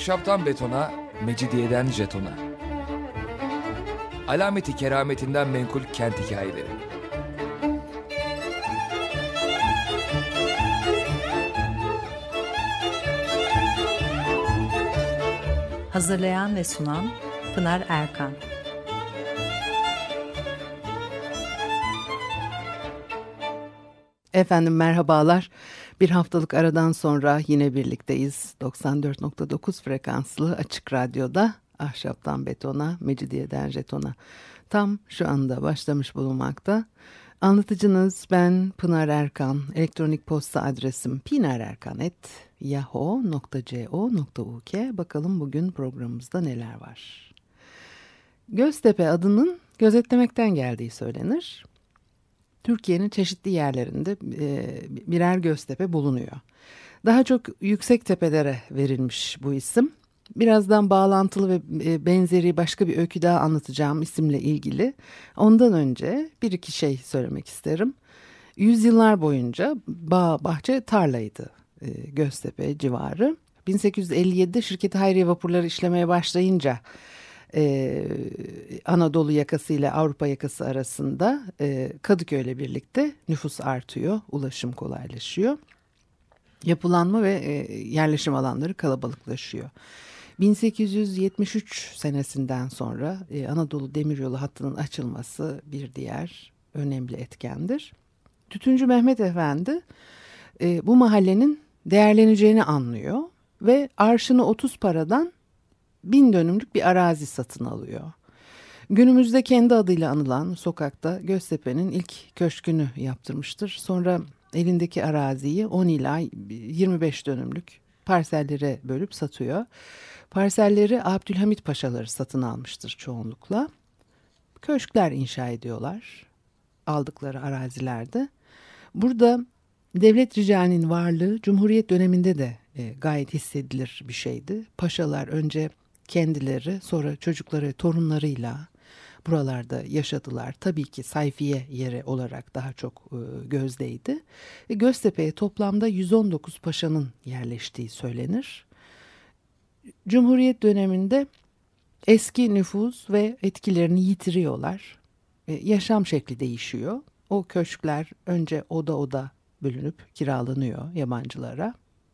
Ahşaptan betona, mecidiyeden jetona. Alameti kerametinden menkul kent hikayeleri. Hazırlayan ve sunan Pınar Erkan. Efendim merhabalar. Bir haftalık aradan sonra yine birlikteyiz. 94.9 frekanslı Açık Radyo'da Ahşaptan Betona, Mecidiyeden Jeton'a tam şu anda başlamış bulunmakta. Anlatıcınız ben Pınar Erkan. Elektronik posta adresim pinarerkan@yahoo.co.uk. Bakalım bugün programımızda neler var. Göztepe adının gözetlemekten geldiği söylenir. Türkiye'nin çeşitli yerlerinde birer Göztepe bulunuyor. Daha çok yüksek tepelere verilmiş bu isim. Birazdan bağlantılı ve benzeri başka bir öykü daha anlatacağım isimle ilgili. Ondan önce bir iki şey söylemek isterim. Yüzyıllar boyunca bağ, bahçe, tarlaydı Göztepe civarı. 1857'de şirketi Hayriye vapurları işlemeye başlayınca Anadolu yakası ile Avrupa yakası arasında Kadıköy'le birlikte nüfus artıyor, ulaşım kolaylaşıyor. Yapılanma ve yerleşim alanları kalabalıklaşıyor. 1873 senesinden sonra Anadolu Demiryolu hattının açılması bir diğer önemli etkendir. Tütüncü Mehmet Efendi bu mahallenin değerleneceğini anlıyor ve arşını 30 paradan 1000 dönümlük bir arazi satın alıyor. Günümüzde kendi adıyla anılan sokakta Göztepe'nin ilk köşkünü yaptırmıştır. Sonra elindeki araziyi 10 ila 25 dönümlük parsellere bölüp satıyor. Parselleri Abdülhamit Paşaları satın almıştır çoğunlukla. Köşkler inşa ediyorlar aldıkları arazilerde. Burada devlet ricalinin varlığı Cumhuriyet döneminde de gayet hissedilir bir şeydi. Paşalar önce kendileri, sonra çocukları, torunlarıyla buralarda yaşadılar. Tabii ki sayfiye yeri olarak daha çok gözdeydi. Göztepe'ye toplamda 119 paşanın yerleştiği söylenir. Cumhuriyet döneminde eski nüfuz ve etkilerini yitiriyorlar. Yaşam şekli değişiyor. O köşkler önce oda oda bölünüp kiralanıyor yabancılara.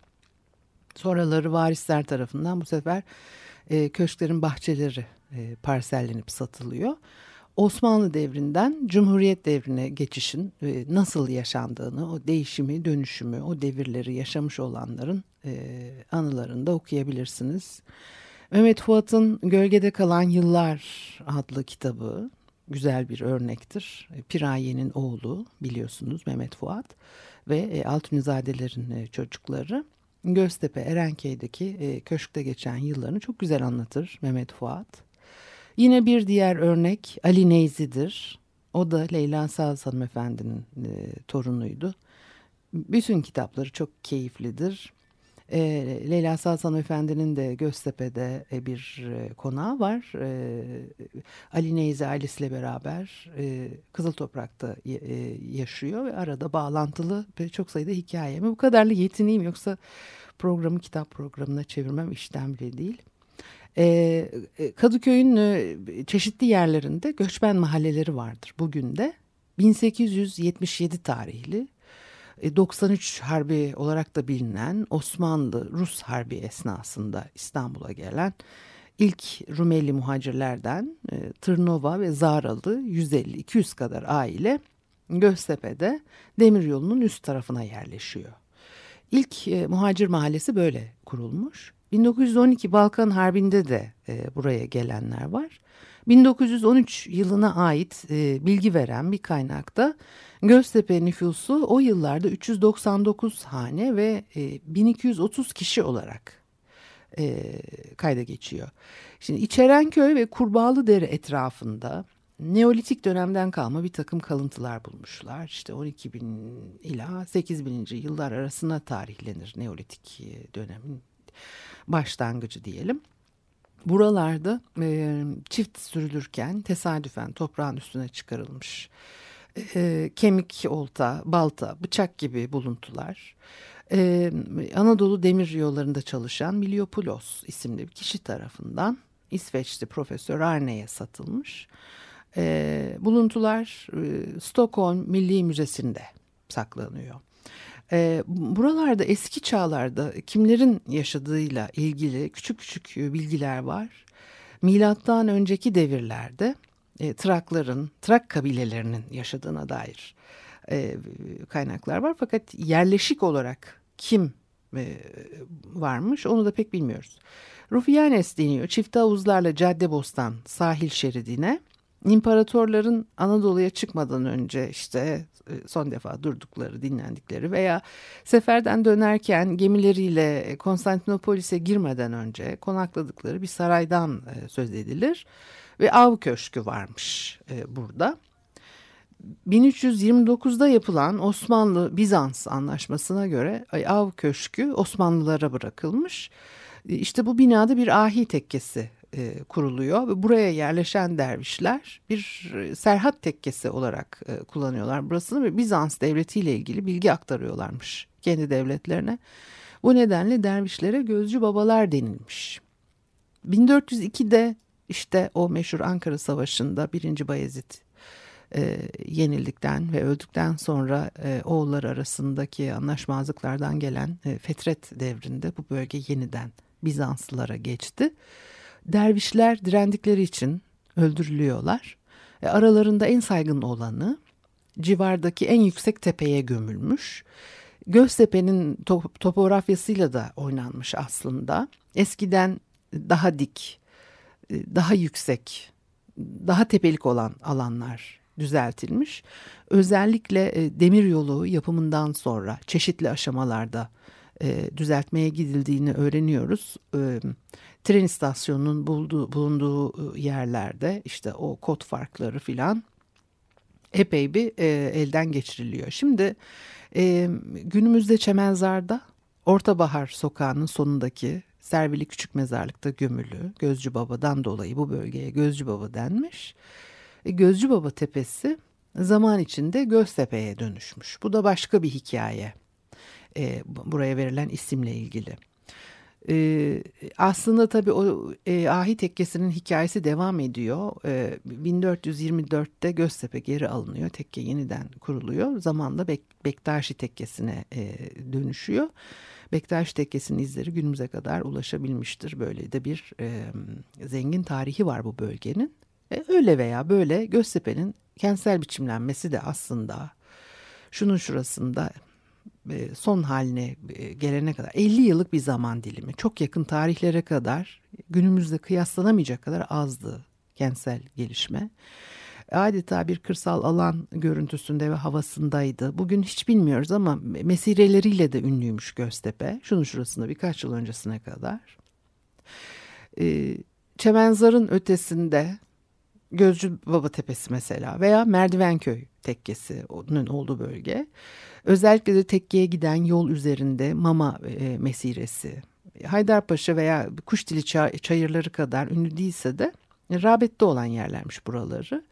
Sonraları varisler tarafından bu sefer köşklerin bahçeleri parsellenip satılıyor. Osmanlı devrinden Cumhuriyet devrine geçişin nasıl yaşandığını, o değişimi, dönüşümü, o devirleri yaşamış olanların anılarında okuyabilirsiniz. Mehmet Fuat'ın Gölgede Kalan Yıllar adlı kitabı güzel bir örnektir. Piraye'nin oğlu biliyorsunuz Mehmet Fuat ve Altunizadelerin çocukları. Göztepe Erenköy'deki köşkte geçen yıllarını çok güzel anlatır Mehmet Fuat. Yine bir diğer örnek Ali Neyzi'dir. O da Leyla Saz hanımefendinin torunuydu. Bütün kitapları çok keyiflidir. Leyla Saz hanımefendinin de Göztepe'de bir konağı var. Ali Neyzi ailesiyle beraber Kızıltoprak'ta yaşıyor ve arada bağlantılı çok sayıda hikaye. Bu kadarla yetineyim, yoksa programı kitap programına çevirmem işten bile değil. Kadıköy'ün çeşitli yerlerinde göçmen mahalleleri vardır bugün de. 1877 tarihli 93 Harbi olarak da bilinen Osmanlı-Rus Harbi esnasında İstanbul'a gelen ilk Rumeli muhacirlerden Tırnova ve Zaralı 150-200 kadar aile Göztepe'de demiryolunun üst tarafına yerleşiyor. İlk muhacir mahallesi böyle kurulmuş. 1912 Balkan Harbi'nde de buraya gelenler var. 1913 yılına ait bilgi veren bir kaynakta Göztepe nüfusu o yıllarda 399 hane ve 1230 kişi olarak kayda geçiyor. Şimdi İçerenköy ve Kurbağalıdere etrafında Neolitik dönemden kalma bir takım kalıntılar bulmuşlar. İşte 12.000 ila 8.000. yıllar arasına tarihlenir Neolitik dönemin başlangıcı diyelim. Buralarda çift sürülürken tesadüfen toprağın üstüne çıkarılmış kemik, olta, balta, bıçak gibi buluntular. Anadolu demir yollarında çalışan Miliopulos isimli bir kişi tarafından İsveçli Profesör Arne'ye satılmış. Buluntular Stockholm Milli Müzesi'nde saklanıyor. Buralarda eski çağlarda kimlerin yaşadığıyla ilgili küçük küçük bilgiler var. Milattan önceki devirlerde Trak kabilelerinin yaşadığına dair kaynaklar var. Fakat yerleşik olarak kim varmış onu da pek bilmiyoruz. Rufianes deniyor. Çifte havuzlarla Caddebostan sahil şeridine imparatorların Anadolu'ya çıkmadan önce işte son defa durdukları, dinlendikleri veya seferden dönerken gemileriyle Konstantinopolis'e girmeden önce konakladıkları bir saraydan söz edilir. Ve av köşkü varmış burada. 1329'da yapılan Osmanlı-Bizans anlaşmasına göre av köşkü Osmanlılara bırakılmış. İşte bu binada bir ahi tekkesi kuruluyor ve buraya yerleşen dervişler bir serhat tekkesi olarak kullanıyorlar burasını ve Bizans devletiyle ilgili bilgi aktarıyorlarmış kendi devletlerine. Bu nedenle dervişlere gözcü babalar denilmiş. 1402'de işte o meşhur Ankara Savaşı'nda 1. Bayezid yenildikten ve öldükten sonra oğulları arasındaki anlaşmazlıklardan gelen Fetret devrinde bu bölge yeniden Bizanslılara geçti. Dervişler direndikleri için öldürülüyorlar. Aralarında en saygın olanı civardaki en yüksek tepeye gömülmüş. Göztepe'nin topografyasıyla da oynanmış aslında. Eskiden daha dik, daha yüksek, daha tepelik olan alanlar düzeltilmiş. Özellikle demiryolu yapımından sonra çeşitli aşamalarda düzeltmeye gidildiğini öğreniyoruz. Tren istasyonunun bulunduğu yerlerde işte o kod farkları filan epey bir elden geçiriliyor. Şimdi günümüzde Çemenzar'da Ortabahar Sokağı'nın sonundaki Servili Küçük Mezarlık'ta gömülü Gözcü Baba'dan dolayı bu bölgeye Gözcü Baba denmiş. Gözcü Baba Tepesi zaman içinde Göztepe'ye dönüşmüş. Bu da başka bir hikaye. Buraya verilen isimle ilgili. Aslında tabii o Ahi Tekkesi'nin hikayesi devam ediyor. 1424'te Göztepe geri alınıyor. Tekke yeniden kuruluyor. Zamanla Bektaşi Tekkesi'ne dönüşüyor. Bektaşi Tekkesi'nin izleri günümüze kadar ulaşabilmiştir. Böyle de bir zengin tarihi var bu bölgenin. Öyle veya böyle Göztepe'nin kentsel biçimlenmesi de aslında şunun şurasında son haline gelene kadar 50 yıllık bir zaman dilimi. Çok yakın tarihlere kadar günümüzde kıyaslanamayacak kadar azdı kentsel gelişme. Adeta bir kırsal alan görüntüsünde ve havasındaydı. Bugün hiç bilmiyoruz ama mesireleriyle de ünlüymüş Göztepe. Şunun şurasında birkaç yıl öncesine kadar. Çemenzar'ın ötesinde Gözcü Baba Tepesi mesela veya Merdivenköy Tekkesi'nin olduğu bölge. Özellikle de tekkeye giden yol üzerinde Mama mesiresi. Haydarpaşa veya Kuşdili çayırları kadar ünlü değilse de rağbette olan yerlermiş buraları.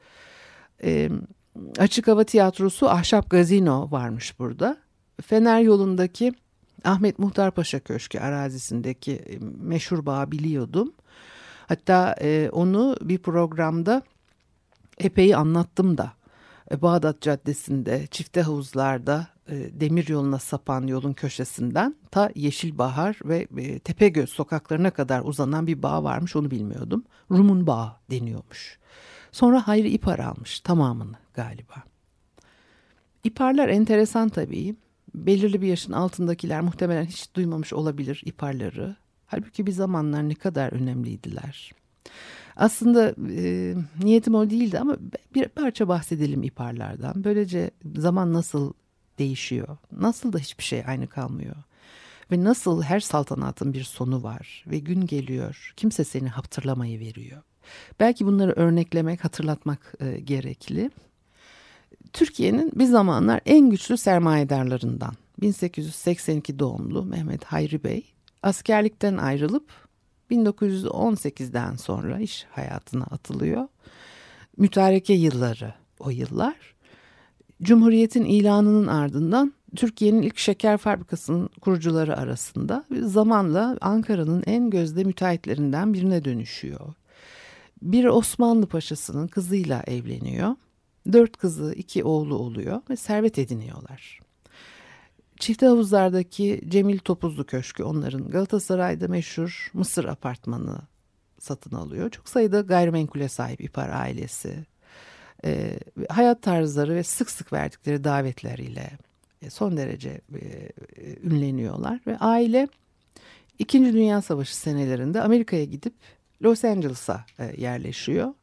Açık hava tiyatrosu Ahşap Gazino varmış burada. Fener yolundaki Ahmet Muhtarpaşa Köşkü arazisindeki meşhur bağı biliyordum. Hatta onu bir programda epey anlattım da. Bağdat Caddesi'nde, çifte havuzlarda demir yoluna sapan yolun köşesinden ta Yeşilbahar ve Tepegöz sokaklarına kadar uzanan bir bağ varmış, onu bilmiyordum. Rum'un bağı deniyormuş. Sonra Hayri İpar almış tamamını galiba. İparlar enteresan tabii. Belirli bir yaşın altındakiler muhtemelen hiç duymamış olabilir İparları. Halbuki bir zamanlar ne kadar önemliydiler. Aslında niyetim o değildi ama bir parça bahsedelim İparlardan. Böylece zaman nasıl değişiyor, nasıl da hiçbir şey aynı kalmıyor. Ve nasıl her saltanatın bir sonu var ve gün geliyor, kimse seni hatırlamayı veriyor. Belki bunları örneklemek, hatırlatmak gerekli. Türkiye'nin bir zamanlar en güçlü sermayedarlarından 1882 doğumlu Mehmet Hayri Bey askerlikten ayrılıp 1918'den sonra iş hayatına atılıyor. Mütareke yılları o yıllar. Cumhuriyetin ilanının ardından Türkiye'nin ilk şeker fabrikasının kurucuları arasında. Zamanla Ankara'nın en gözde müteahhitlerinden birine dönüşüyor. Bir Osmanlı paşasının kızıyla evleniyor. 4 kızı 2 oğlu oluyor ve servet ediniyorlar. Çifte Havuzlar'daki Cemil Topuzlu Köşkü onların, Galatasaray'da meşhur Mısır Apartmanı satın alıyor. Çok sayıda gayrimenkule sahip İpar ailesi. Hayat tarzları ve sık sık verdikleri davetleriyle son derece ünleniyorlar. Ve aile 2. Dünya Savaşı senelerinde Amerika'ya gidip Los Angeles'a yerleşiyor.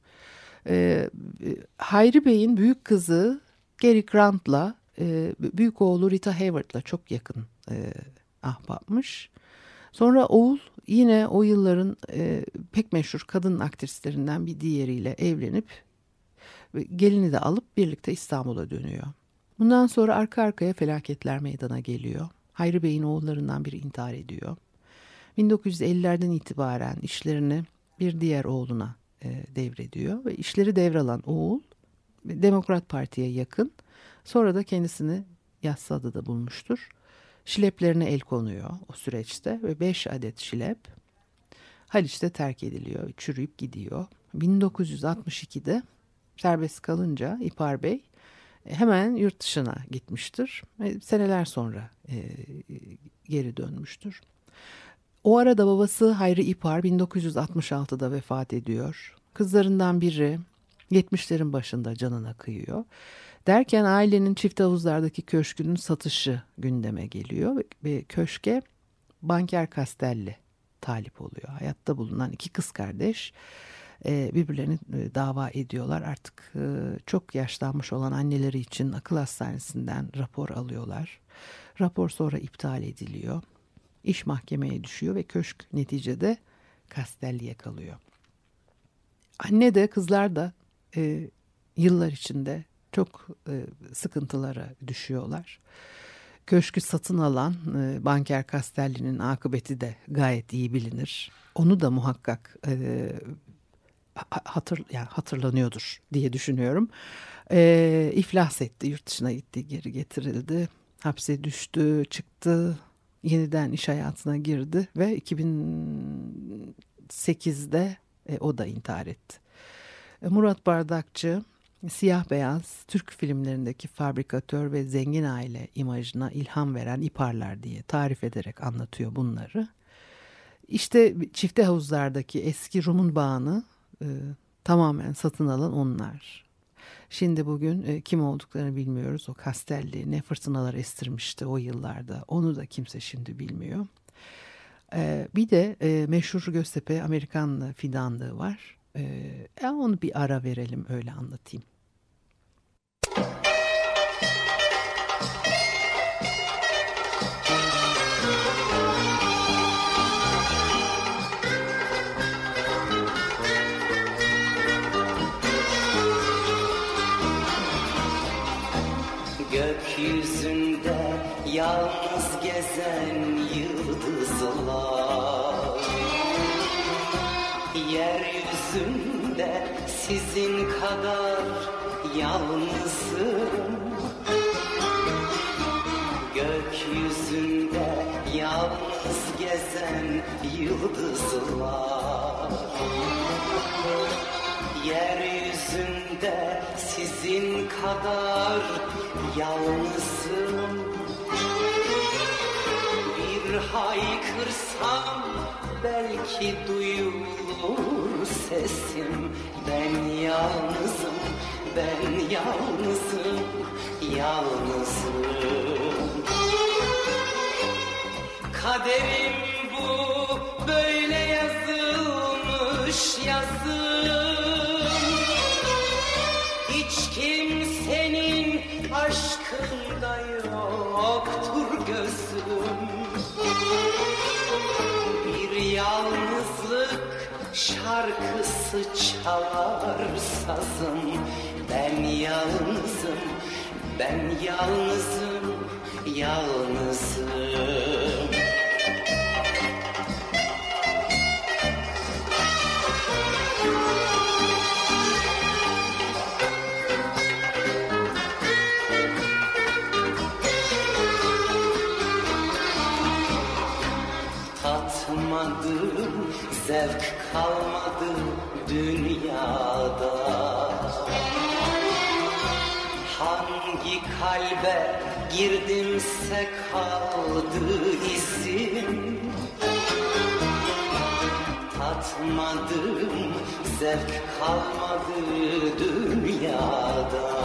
Hayri Bey'in büyük kızı Gary Grant'la büyük oğlu Rita Hayworth'la çok yakın ahbapmış. Sonra oğul yine o yılların pek meşhur kadın aktrislerinden bir diğeriyle evlenip gelini de alıp birlikte İstanbul'a dönüyor. Bundan sonra arka arkaya felaketler meydana geliyor. Hayri Bey'in oğullarından biri intihar ediyor. 1950'lerden itibaren işlerini bir diğer oğluna devrediyor ve işleri devralan oğul Demokrat Parti'ye yakın. Sonra da kendisini Yassıada'da bulmuştur. Şileplerine el konuyor o süreçte ve 5 adet şilep Haliç'te terk ediliyor, çürüyüp gidiyor. 1962'de serbest kalınca İpar Bey hemen yurt dışına gitmiştir. Seneler sonra geri dönmüştür. O arada babası Hayri İpar 1966'da vefat ediyor. Kızlarından biri 70'lerin başında canına kıyıyor. Derken ailenin Çifte Havuzlar'daki köşkünün satışı gündeme geliyor ve köşke banker Castelli talip oluyor. Hayatta bulunan 2 kız kardeş birbirlerini dava ediyorlar. Artık çok yaşlanmış olan anneleri için akıl hastanesinden rapor alıyorlar. Rapor sonra iptal ediliyor. İş mahkemeye düşüyor ve köşk neticede Castelli'ye kalıyor. Anne de kızlar da yıllar içinde çok sıkıntılara düşüyorlar. Köşkü satın alan banker Castelli'nin akıbeti de gayet iyi bilinir. Onu da muhakkak hatırlanıyordur diye düşünüyorum. İflas etti, yurt dışına gitti, geri getirildi. Hapse düştü, çıktı, yeniden iş hayatına girdi ve 2008'de o da intihar etti. Murat Bardakçı, siyah beyaz Türk filmlerindeki fabrikatör ve zengin aile imajına ilham veren İparlar diye tarif ederek anlatıyor bunları. İşte Çifte Havuzlar'daki eski Rum'un bağını tamamen satın alan onlar. Şimdi bugün kim olduklarını bilmiyoruz. O Castelli ne fırtınalar estirmişti o yıllarda. Onu da kimse şimdi bilmiyor. Bir de meşhur Göztepe Amerikan fidanlığı var. Onu bir ara verelim, öyle anlatayım. Gökyüzünde yalnız gezen yıldızlar, yeryüzünde sizin kadar yalnızım. Gökyüzünde yalnız gezen yıldızlar, yeryüzünde sizin kadar yalnızım. Bir haykırsam belki duyulur sesim. Ben yalnızım, ben yalnızım, yalnızım. Kaderim bu, böyle yazılmış yazım. Hiç kimsenin aşkında yoktur gözüm. Bir yalnızlık şarkısı çalar sazım. Ben yalnızım, ben yalnızım, yalnızım. zevk kalmadı dünyada. Hangi kalbe girdimse kaldı izim, tatmadım zevk kalmadı dünyada.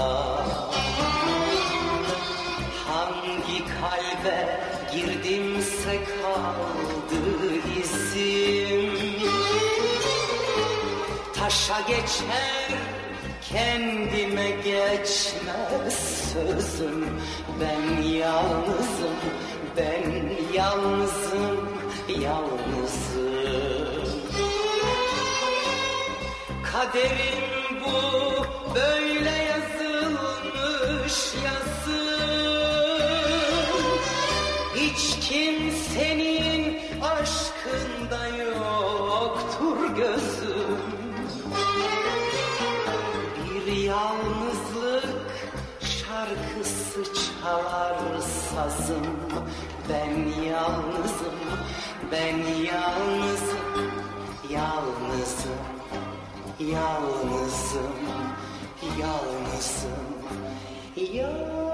Hangi kalbe girdimse kaldı izim, taşa geçer kendime geçmez sözüm. Ben yalnızım, ben yalnızım, yalnızım. Kaderim bu, böyle yazılmış yazım. Hiç kimsenin aşkında yoktur gözüm. Bir yalnızlık şarkısı çalar sazım. Ben yalnızım, ben yalnızım, yalnızım, yalnızım, yalnızım, yalnızım.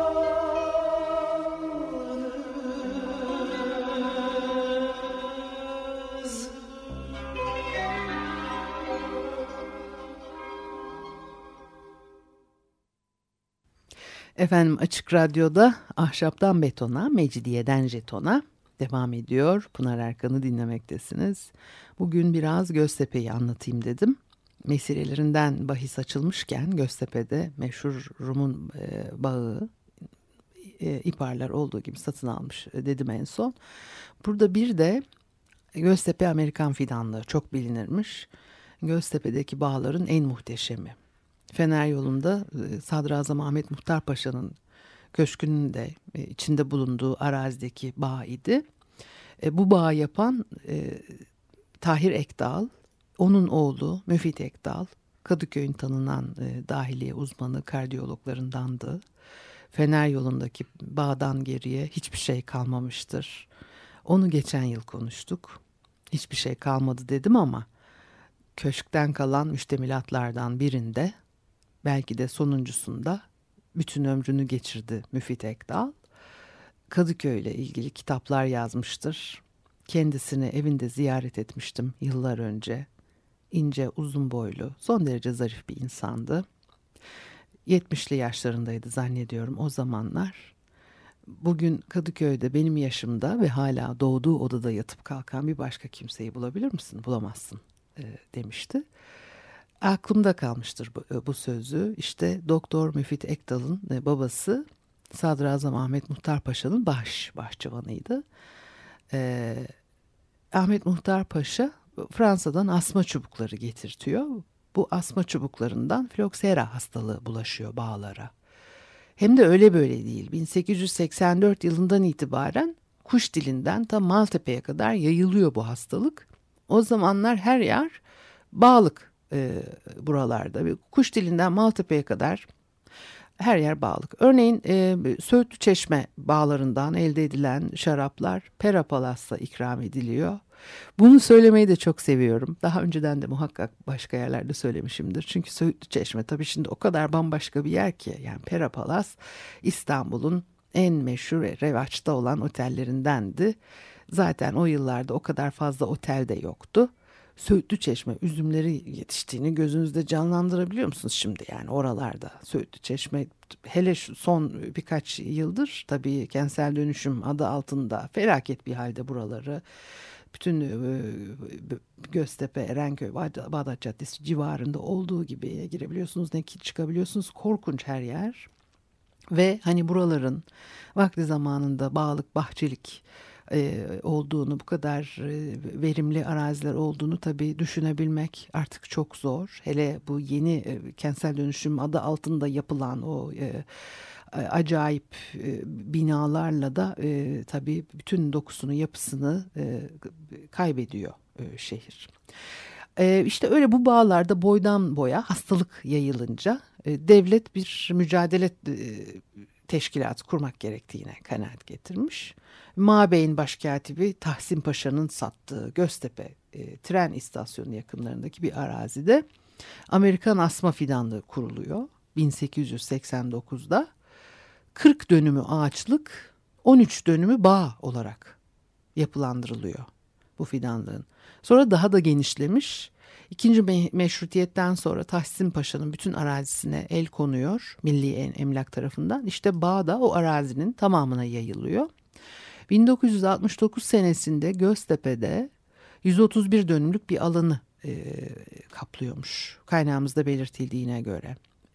Efendim, Açık Radyo'da Ahşaptan Betona, Mecidiyeden Jeton'a devam ediyor. Pınar Erkan'ı dinlemektesiniz. Bugün biraz Göztepe'yi anlatayım dedim. Meselelerinden bahis açılmışken Göztepe'de meşhur Rum'un bağı İparlar olduğu gibi satın almış dedim en son. Burada bir de Göztepe Amerikan fidanlığı çok bilinirmiş. Göztepe'deki bağların en muhteşemi. Fener yolunda Sadrazam Ahmet Muhtar Paşa'nın köşkünün de içinde bulunduğu arazideki bağ idi. Bu bağı yapan Tahir Ekdal, onun oğlu Müfit Ekdal, Kadıköy'ün tanınan dahiliye uzmanı kardiyologlarındandı. Fener yolundaki bağdan geriye hiçbir şey kalmamıştır. Onu geçen yıl konuştuk. Hiçbir şey kalmadı dedim ama köşkten kalan müştemilatlardan birinde, belki de sonuncusunda bütün ömrünü geçirdi Müfit Ekdal. Kadıköy ile ilgili kitaplar yazmıştır. Kendisini evinde ziyaret etmiştim yıllar önce. İnce, uzun boylu, son derece zarif bir insandı. 70'li yaşlarındaydı zannediyorum o zamanlar. Bugün Kadıköy'de benim yaşımda ve hala doğduğu odada yatıp kalkan bir başka kimseyi bulabilir misin? Bulamazsın demişti. Aklımda kalmıştır bu sözü. İşte Doktor Müfit Ekdal'ın babası Sadrazam Ahmet Muhtar Paşa'nın bahçıvanıydı. Ahmet Muhtar Paşa Fransa'dan asma çubukları getirtiyor. Bu asma çubuklarından filoksera hastalığı bulaşıyor bağlara. Hem de öyle böyle değil. 1884 yılından itibaren kuş dilinden ta Maltepe'ye kadar yayılıyor bu hastalık. O zamanlar her yer bağlık buralarda. Kuş dilinden Maltepe'ye kadar her yer bağlık. Örneğin Söğütlü Çeşme bağlarından elde edilen şaraplar Pera Palas'ta ikram ediliyor. Bunu söylemeyi de çok seviyorum. Daha önceden de muhakkak başka yerlerde söylemişimdir. Çünkü Söğütlü Çeşme tabii şimdi o kadar bambaşka bir yer ki. Yani Pera Palas İstanbul'un en meşhur ve revaçta olan otellerindendi. Zaten o yıllarda o kadar fazla otel de yoktu. Söğütlü Çeşme üzümleri yetiştiğini gözünüzde canlandırabiliyor musunuz şimdi? Yani oralarda Söğütlü Çeşme, hele şu son birkaç yıldır tabii kentsel dönüşüm adı altında felaket bir halde buraları. Bütün Göztepe, Erenköy, Bağdat Caddesi civarında olduğu gibi girebiliyorsunuz, ne çıkabiliyorsunuz. Korkunç her yer. Ve hani buraların vakti zamanında bağlık, bahçelik olduğunu, bu kadar verimli araziler olduğunu tabii düşünebilmek artık çok zor. Hele bu yeni kentsel dönüşüm adı altında yapılan o acayip binalarla da tabii bütün dokusunu, yapısını kaybediyor şehir. İşte öyle bu bağlarda boydan boya hastalık yayılınca devlet bir mücadele teşkilatı kurmak gerektiğine kanaat getirmiş. Mabey'in başkatibi Tahsin Paşa'nın sattığı Göztepe tren istasyonu yakınlarındaki bir arazide Amerikan asma fidanlığı kuruluyor 1889'da. 40 dönümü ağaçlık, 13 dönümü bağ olarak yapılandırılıyor bu fidanlığın. Sonra daha da genişlemiş. İkinci meşrutiyetten sonra Tahsin Paşa'nın bütün arazisine el konuyor Milli Emlak tarafından. İşte bağ da o arazinin tamamına yayılıyor. 1969 senesinde Göztepe'de 131 dönümlük bir alanı kaplıyormuş. Kaynağımızda belirtildiğine göre.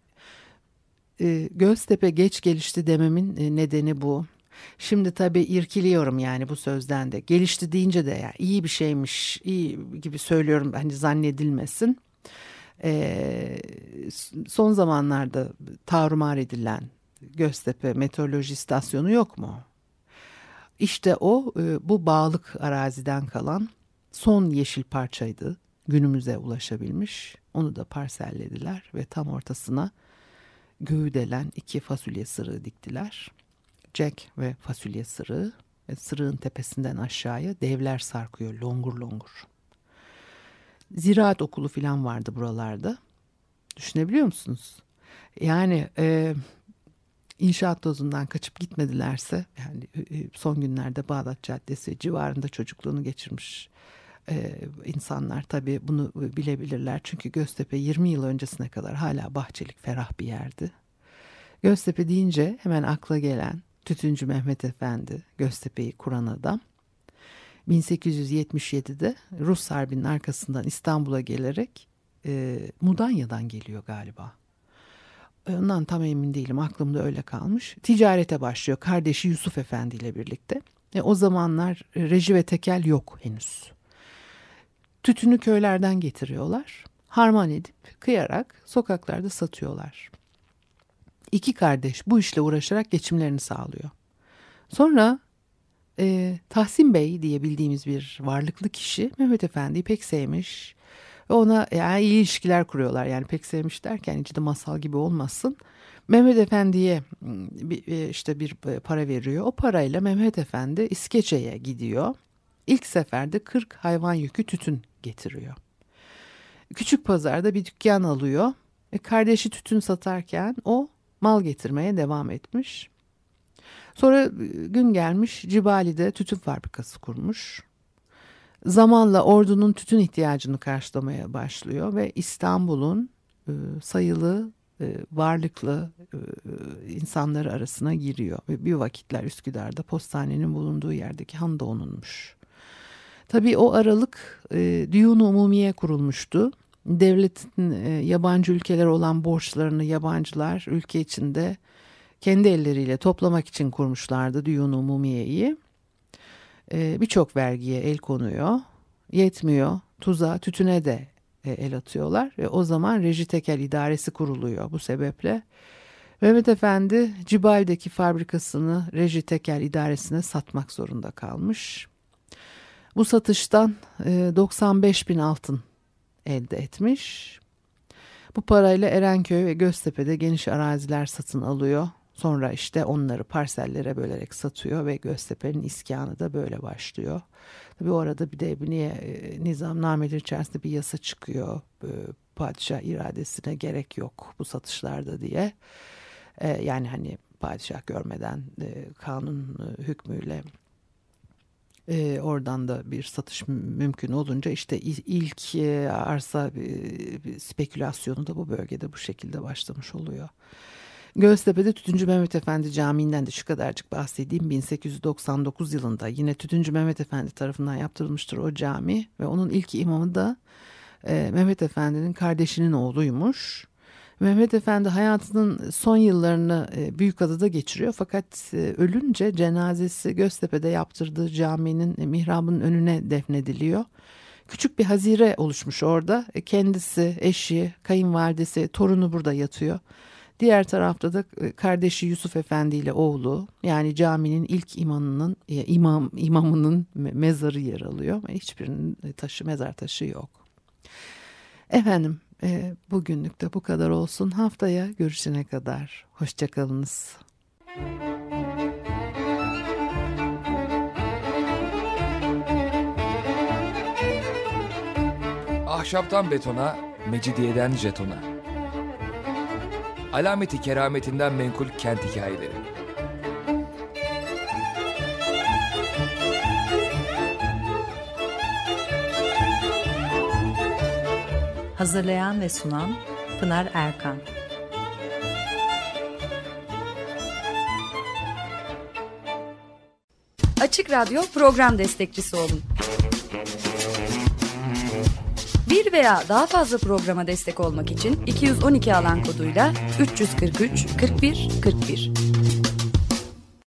Göztepe geç gelişti dememin nedeni bu. Şimdi tabii irkiliyorum yani bu sözden de. Gelişti deyince de yani iyi bir şeymiş, iyi gibi söylüyorum hani zannedilmesin. Son zamanlarda tarumar edilen Göztepe Meteoroloji İstasyonu yok mu? İşte o bu bağlık araziden kalan son yeşil parçaydı. Günümüze ulaşabilmiş. Onu da parsellediler ve tam ortasına göğü delen 2 fasulye sırığı diktiler. Jack ve fasulye sırığı ve sırığın tepesinden aşağıya devler sarkıyor longur longur. Ziraat okulu falan vardı buralarda. Düşünebiliyor musunuz? Yani inşaat tozundan kaçıp gitmedilerse yani son günlerde Bağdat Caddesi civarında çocukluğunu geçirmiş insanlar tabii bunu bilebilirler. Çünkü Göztepe 20 yıl öncesine kadar hala bahçelik ferah bir yerdi. Göztepe deyince hemen akla gelen Tütüncü Mehmet Efendi, Göztepe'yi kuran adam. 1877'de Rus Harbi'nin arkasından İstanbul'a gelerek Mudanya'dan geliyor galiba. Ondan tam emin değilim, aklımda öyle kalmış. Ticarete başlıyor kardeşi Yusuf Efendi ile birlikte. O zamanlar reji ve tekel yok henüz. Tütünü köylerden getiriyorlar. Harman edip kıyarak sokaklarda satıyorlar. 2 kardeş bu işle uğraşarak geçimlerini sağlıyor. Sonra Tahsin Bey diye bildiğimiz bir varlıklı kişi Mehmet Efendi'yi pek sevmiş. Ve ona yani iyi ilişkiler kuruyorlar. Yani pek sevmiş derken içinde masal gibi olmasın. Mehmet Efendi'ye işte bir para veriyor. O parayla Mehmet Efendi İskeçe'ye gidiyor. İlk seferde 40 hayvan yükü tütün getiriyor. Küçük pazarda bir dükkan alıyor. Kardeşi tütün satarken o mal getirmeye devam etmiş. Sonra gün gelmiş Cibali'de tütün fabrikası kurmuş. Zamanla ordunun tütün ihtiyacını karşılamaya başlıyor ve İstanbul'un sayılı varlıklı insanları arasına giriyor. Ve bir vakitler Üsküdar'da postanenin bulunduğu yerdeki han da onunmuş. Tabii o aralık Diyun-u Umumiye kurulmuştu. Devletin yabancı ülkelere olan borçlarını yabancılar ülke içinde kendi elleriyle toplamak için kurmuşlardı Diyun-u Umumiye'yi. Birçok vergiye el konuyor. Yetmiyor. Tuza, tütüne de el atıyorlar. Ve o zaman reji tekel idaresi kuruluyor bu sebeple. Mehmet Efendi Cibali'deki fabrikasını reji tekel idaresine satmak zorunda kalmış. Bu satıştan 95 bin altın elde etmiş. Bu parayla Erenköy ve Göztepe'de geniş araziler satın alıyor. Sonra işte onları parsellere bölerek satıyor ve Göztepe'nin iskanı da böyle başlıyor. Tabii orada bir de Ebniye nizamnameleri içerisinde bir yasa çıkıyor. Padişah iradesine gerek yok bu satışlarda diye. Yani hani padişah görmeden kanun hükmüyle oradan da bir satış mümkün olunca işte ilk arsa spekülasyonu da bu bölgede bu şekilde başlamış oluyor. Göztepe'de Tütüncü Mehmet Efendi Camii'nden de şu kadarcık bahsedeyim. 1899 yılında yine Tütüncü Mehmet Efendi tarafından yaptırılmıştır o cami ve onun ilk imamı da Mehmet Efendi'nin kardeşinin oğluymuş. Mehmet Efendi hayatının son yıllarını Büyükada'da geçiriyor fakat ölünce cenazesi Göztepe'de yaptırdığı caminin mihrabının önüne defnediliyor. Küçük bir hazire oluşmuş orada. Kendisi, eşi, kayınvalidesi, torunu burada yatıyor. Diğer tarafta da kardeşi Yusuf Efendi ile oğlu yani caminin ilk imamının mezarı yer alıyor. Hiçbirinin mezar taşı yok. Efendim bugünlük de bu kadar olsun. Haftaya görüşene kadar hoşça kalınız. Ahşaptan betona, mecidiyeden jetona. Alameti kerametinden menkul kent hikayeleri. Hazırlayan ve sunan Pınar Erkan. Açık Radyo program destekçisi olun. Bir veya daha fazla programa destek olmak için 212 alan koduyla 343 41 41.